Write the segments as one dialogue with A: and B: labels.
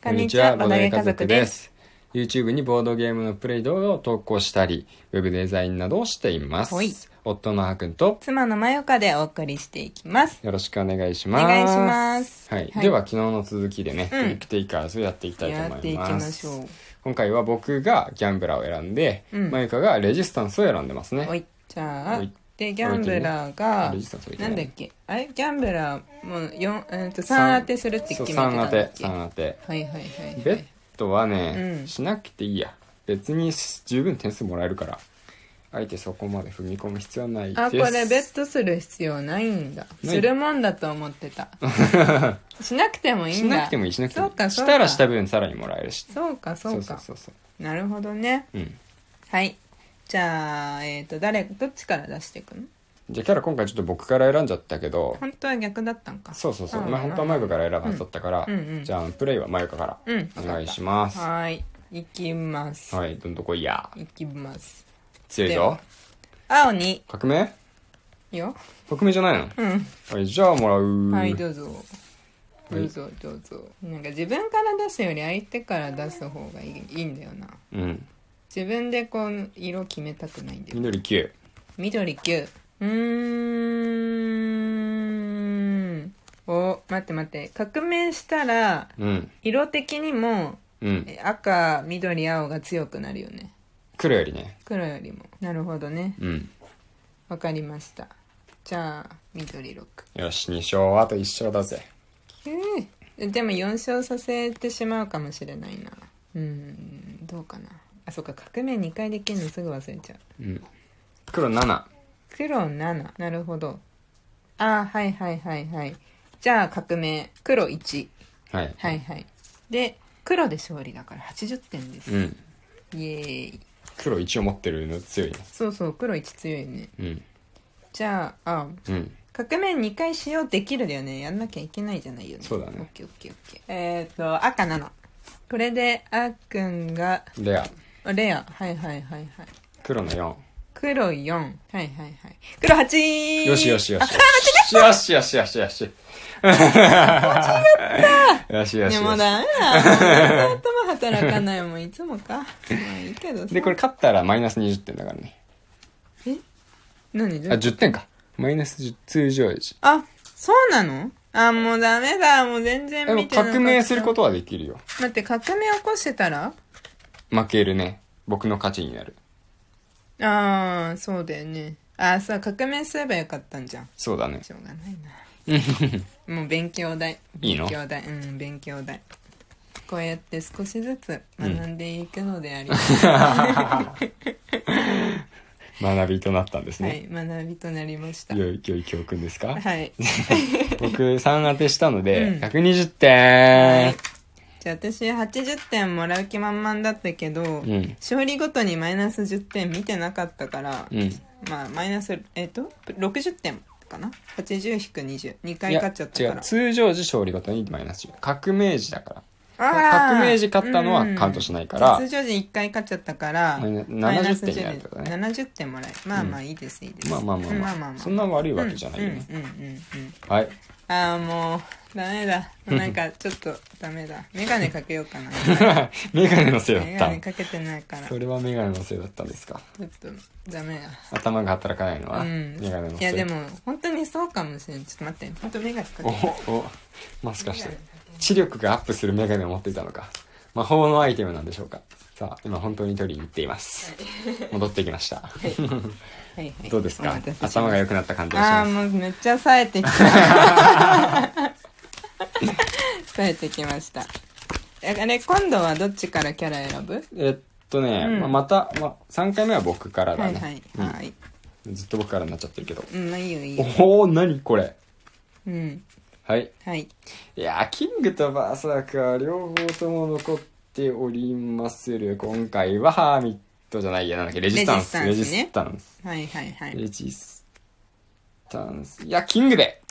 A: こんにちは、ボードゲー家族です。YouTube にボードゲームのプレイ動画を投稿したり、ウェブデザインなどをしています。夫のはくんと
B: 妻のまよかでお送りしていきます。
A: よろしくお願いします。
B: お願いします。
A: はい。では昨日の続きでね、トリックテイカーズをやっていきたいと思います。
B: やっていきましょう。
A: 今回は僕がギャンブラーを選んで、まゆかがレジスタンスを選んでますね。
B: じゃあ、でギャンブラーが、なんだっけ、あれギャンブラーも3当てするって決めてたんだっけ。
A: 3当て。
B: はいはいはい。
A: ベッドはね、しなくていいや。別に十分点数もらえるから。あえてそこまで踏み込む必要はないです。
B: あ、これベッドする必要ないんだ。するもんだと思ってた。しなくてもいいんだ。
A: しなくてもいい、しなくてもいい。
B: そうか
A: したらした分さらにもらえるし。
B: そうかそうか。
A: そう。
B: なるほどね。はい。じゃあ、どっちから出していくの？
A: じゃあキャラ今回ちょっと僕から選んじゃったけど、
B: 本当は逆だったんか。
A: そう。まあ本当はマユカから選ぶはずだったから、じゃあプレイはマユカからお願いします。
B: はい。いきます。
A: はい、どんどこいや。
B: いきます。
A: 強いぞ。
B: 青に。
A: 革命？
B: いいよ。
A: 革命じゃないの？はい、じゃあもらう。
B: はい、どうぞ。どうぞ。なんか自分から出すより相手から出す方がいいんだよな。自分でこう色決めたくないんだよ。
A: 緑9。
B: 緑9。待って。革命したら、色的にも、赤、緑、青が強くなるよね。
A: 黒よりね。
B: 黒よりも。なるほどね。わかりました。じゃあ、緑6。
A: よし、2勝、あと1勝だぜ。
B: でも4勝させてしまうかもしれないな。どうかな。あ、そっか、革命2回できるのすぐ忘れちゃう。
A: 黒7。
B: 黒7。なるほど。あ、はい。じゃあ、革命。黒1。はい。で、黒で勝利だから80点です。イエーイ。
A: 黒1を持ってるの強いね。
B: そう、黒1強いね。じゃあ、革命2回使用できるだよね。やんなきゃいけないじゃないよね。
A: そうだね。
B: オッケー。赤7。これで、あっくんが、
A: レア。
B: はい。
A: 黒の4。
B: 黒4。はい。黒8。
A: よし。よし。
B: 間違ったでもダメだ。頭働かないもん、いつもか。まあいいけどさ。
A: で、これ勝ったらマイナス20点だからね。
B: 何
A: 10点か。マイナス10通常時。
B: あ、そうなの？あ、もうダメだ。もう全然見てなかった。
A: 革命することはできるよ。
B: 待って、革命起こしてたら？
A: 負けるね。僕の勝ちになる。
B: ああ、そうだよね。あ、さ、革命すればよかったんじゃん。
A: そうだね。
B: しょうがないな。もう勉強代。
A: いいの？
B: 勉強代。こうやって少しずつ学んでいくのであります。
A: 学びとなったんですね。
B: はい、学びとなりました。
A: 良い教訓ですか？
B: はい。
A: 僕3当てしたので、120点。
B: はい。じゃあ私80点もらう気満々だったけど、勝利ごとにマイナス10点見てなかったから、まあマイナス、60点かな ?80-20。2回勝っちゃったから。
A: 違う。通常時勝利ごとにマイナス10。革命時だから。革命時勝ったのはカウントしないから。
B: 通常時1回勝っちゃったから、
A: 70点になるとかね。
B: 70点もらえる。まあいいです。
A: まあ。そんな悪いわけじゃないよね。はい。
B: ああ、もう、ダメだ。なんか、ちょっと、ダメだ。メガネかけようかな。
A: メガネのせいだった。
B: メガネかけてないから。
A: それはメガネのせいだったんですか。
B: ちょっと、ダメだ。
A: 頭が働かないのは、メガネのせい。
B: いや、でも、本当にそうかもしれん。ちょっと待って。本当メガネかけて。
A: もしかして、知力がアップするメガネを持っていたのか。魔法のアイテムなんでしょうか。さあ、今本当に取りに行っています。戻ってきました。どうですか？頭が良くなった感じがします。
B: もうめっちゃ冴えてきた。冴えてきました。あれ、今度はどっちからキャラ選ぶ？
A: また、3回目は僕からだね。
B: はい。
A: ずっと僕からになっちゃってるけど。
B: いいよ。
A: 何これ。はい。いや、キングとバーサーカー両方とも残っておりまする。今回はハーミットじゃないや、なんだっけ、レジスタンス。
B: はい。
A: レジスタンス。いや、キングで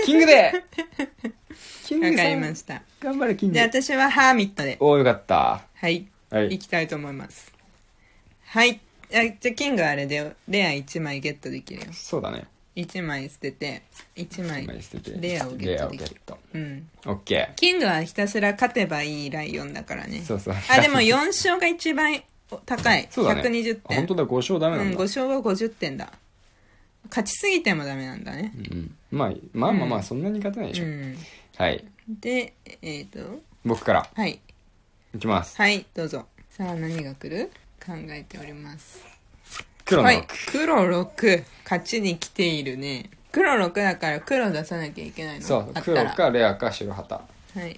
A: キングさん。
B: わかりました。
A: 頑張れ、キング。
B: で、私はハーミットで。
A: よかった。
B: はい。行きたいと思います。はい。じゃあ、キングあれで、レア1枚ゲットできるよ。
A: そうだね。
B: 1枚捨てて1枚
A: 捨てて
B: レアをゲットできる。うん。
A: オッケー。
B: キングはひたすら勝てばいいライオンだからね。
A: そうそう。
B: あ、でも4勝が一番高い。
A: そうだね。
B: 120点。
A: 本当だ、5勝ダメなんだ。
B: 5勝は50点だ。勝ちすぎてもダメなんだね。
A: まあ、そんなに勝てないでしょ。はい。
B: で、
A: 僕から。
B: はい。
A: いきます。
B: はい、どうぞ。さあ、何が来る？考えております。
A: 黒の6。
B: 黒6。勝ちに来ているね。黒6だから黒出さなきゃいけないの。
A: そう、黒かレアか白旗。
B: はい。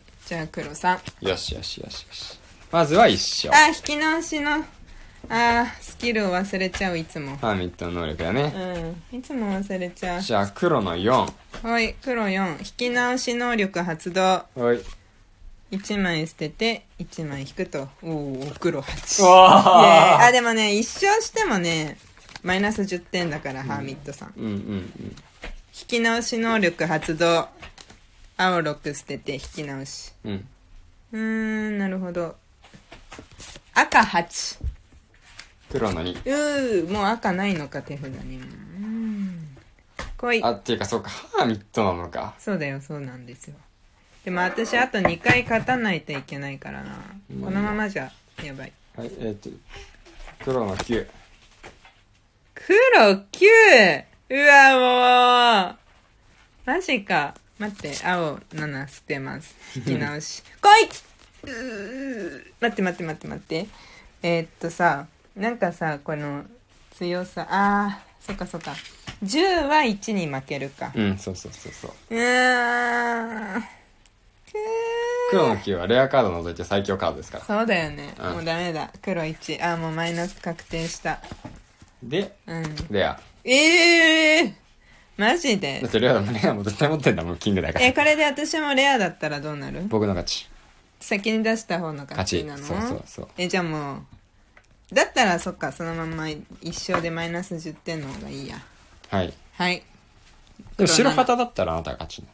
B: じゃあ黒3。
A: よし。まずは1勝。
B: 引き直しの、スキルを忘れちゃう、いつも。
A: ハーミットの能力だね。
B: いつも忘れちゃう。
A: じゃあ黒の4。
B: はい、黒4。引き直し能力発動。
A: はい。
B: 1枚捨てて1枚引くと。黒8。
A: わ
B: でもね、1勝してもねマイナス10点だから、ハーミットさん。引き直し能力発動。青6捨てて引き直し。なるほど。赤8。
A: 黒の2。
B: もう赤ないのか、手札に。来い。
A: っていうか、そうか、ハーミットなのか。
B: そうだよ、そうなんですよ。でも私あと2回勝たないといけないからな。このままじゃやばい。
A: はい、黒の9。
B: 黒 9！ うわ、もうマジか。待って、青7捨てます。引き直し。来い！待ってさ、なんかさ、この強さ、そっか10は1に負けるか。
A: そう。黒の9はレアカード除いて最強カードですから。
B: そうだよね。もうダメだ。黒1。もうマイナス確定した。
A: で、レア。
B: マジで？
A: だってレアも絶対持ってんだもん、キングだから。
B: これで私もレアだったらどうなる？
A: 僕の勝ち。
B: 先に出した方の勝ちなの？
A: そう。
B: じゃあもう、だったらそっか、そのまま一生でマイナス10点の方がいいや。はい。
A: でも白旗だったらあなたが勝ち。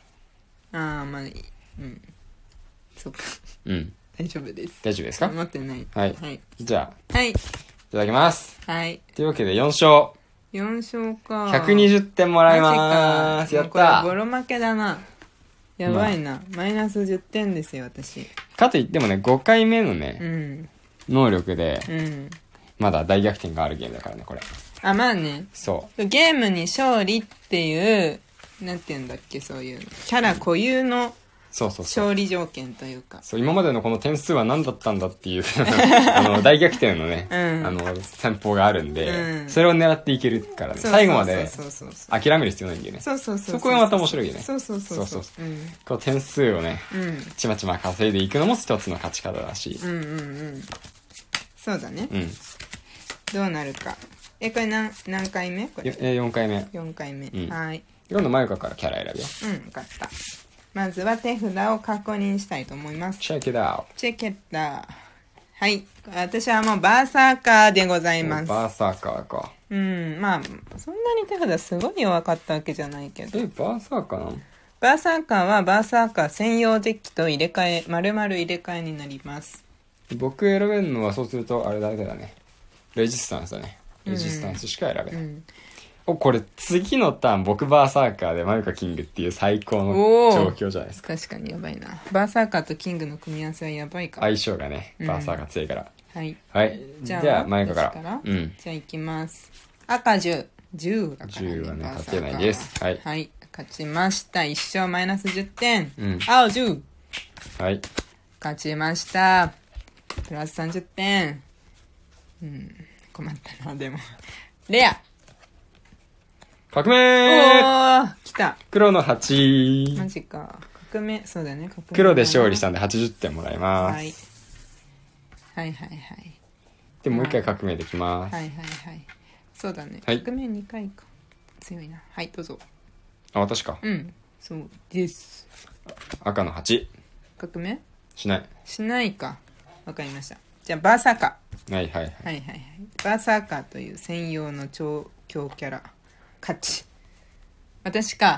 B: そっか。大丈夫です。
A: 大丈夫ですか？
B: 持ってない。
A: はい。じゃあ。いただきます。
B: はい。
A: というわけで4勝。
B: 4勝か。
A: 120点もらいまーす。やったー。
B: これボロ負けだな。やばいな。マイナス10点ですよ、私。
A: かといってもね、5回目のね、能力で、まだ大逆転があるゲームだからね、これ。
B: まあね。
A: そう。
B: ゲームに勝利っていう、なんて言うんだっけ、そういうの。キャラ固有の勝利条件というか。
A: そう、今までのこの点数は何だったんだっていう大逆転のね、戦法があるんで、それを狙っていけるからね、最後まで諦める必要ないんだよね。そこがまた面白いよね。そう。この点数をね、ちまちま稼いでいくのも一つの勝ち方だし。
B: そうだね。どうなるか。これ何回目？これ
A: 4回目。
B: 4回目。はい。
A: 今度マユカからキャラ選ぶよ。
B: 分かった。まずは手札を確認したいと思います。
A: チェックダ
B: ウ。はい。私はもうバーサーカーでございます。
A: バーサーカーか。
B: まあ、そんなに手札すごい弱かったわけじゃないけど。
A: バーサーカーなの？
B: バーサーカーはバーサーカー専用デッキと丸々入れ替えになります。
A: 僕選べるのはそうするとあれだけだね。レジスタンスだね。レジスタンスしか選べない。これ次のターン僕バーサーカーでマユカキングっていう最高の状況じゃないですか。
B: 確かにやばいな。バーサーカーとキングの組み合わせはやばいか。
A: 相性がね、バーサーカー強いから。
B: はい。
A: じゃあマユカから。
B: じゃあいきます。赤10。10だからね。
A: 10はね、勝てないです。はい。
B: 勝ちました。1勝マイナス10点。青10。勝ちました。プラス30点。困ったな、でも。レア。
A: 革命
B: 来た。
A: 黒の8。
B: マジか。革命、そうだね。
A: 黒で勝利したんで80点もらいます。
B: はい。
A: で、もう一回革命できます。
B: そうだね。革命2回か。強いな。はい、どうぞ。
A: 私か。
B: そうです。
A: 赤の8。
B: 革命
A: しない
B: か。わかりました。じゃあ、バーサーカー。
A: はい。
B: バーサーカーという専用の超強キャラ。勝ち。私か。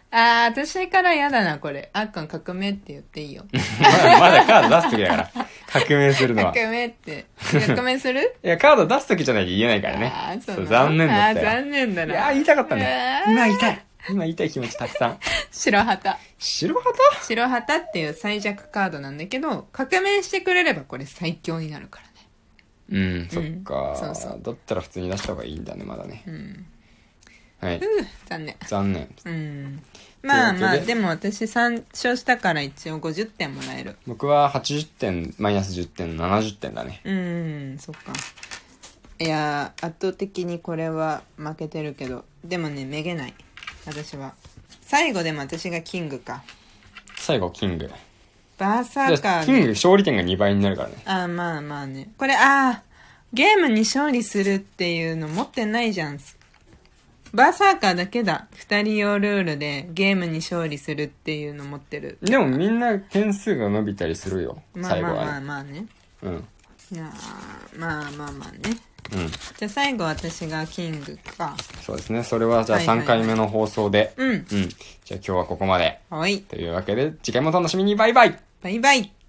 B: 私からやだな、これ。あっかん革命って言っていいよ。
A: まだカード出すときだから。 革命するのは。
B: 革命する
A: いや、カード出すときじゃないと言えないからね。そう、残念だったよ。
B: 残念だな。
A: いや、言いたかったね。今言いたい気持ちたくさん。
B: 白旗
A: 白
B: 旗っていう最弱カードなんだけど、革命してくれればこれ最強になるから
A: ね。そっか。そうだったら普通に出した方がいいんだね、まだね。はい。残念。
B: まあ、でも私3勝したから一応50点もらえる。
A: 僕は80点、マイナス10点、70点だね。
B: そっか。いや、圧倒的にこれは負けてるけど、でもね、めげない。私は。最後でも私がキングか。
A: 最後、キング。
B: バーサーカー。
A: キング勝利点が2倍になるからね。
B: まあね。これ、ゲームに勝利するっていうの持ってないじゃん。バーサーカーだけだ。2人用ルールでゲームに勝利するっていうの持ってる。
A: でもみんな点数が伸びたりするよ。最後はね。
B: まあね。いやまあね。じゃあ最後私がキングか。
A: そうですね。それはじゃあ3回目の放送で。じゃあ今日はここまで。
B: はい。
A: というわけで次回も楽しみに。バイバイ。
B: バイバイ。